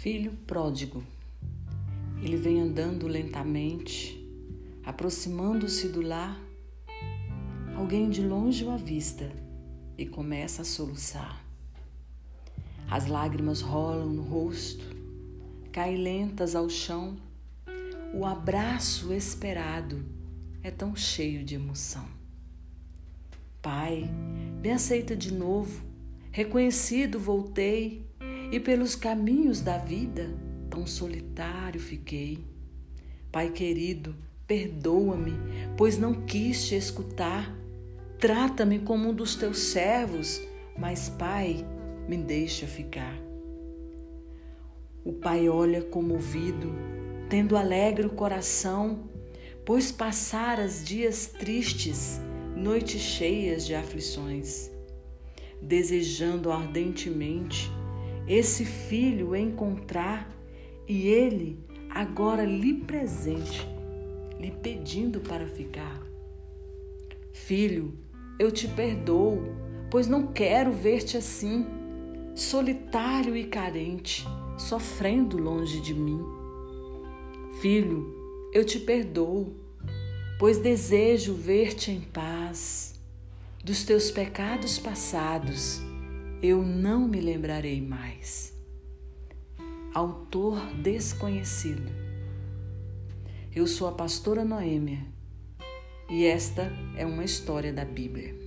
Filho pródigo. Ele vem andando lentamente, aproximando-se do lar. Alguém de longe o avista e começa a soluçar. As lágrimas rolam no rosto, caem lentas ao chão. O abraço esperado é tão cheio de emoção. Pai, me aceita de novo, reconhecido voltei, e pelos caminhos da vida tão solitário fiquei. Pai querido, perdoa-me, pois não quis te escutar. Trata-me como um dos teus servos, mas, Pai, me deixa ficar. O pai olha comovido, tendo alegre o coração, pois passaras dias tristes, noites cheias de aflições, desejando ardentemente esse filho encontrar, e ele agora lhe presente, lhe pedindo para ficar. Filho, eu te perdoo, pois não quero ver-te assim, solitário e carente, sofrendo longe de mim. Filho, eu te perdoo, pois desejo ver-te em paz. Dos teus pecados passados, eu não me lembrarei mais. Autor desconhecido. Eu sou a pastora Noêmia e esta é uma história da Bíblia.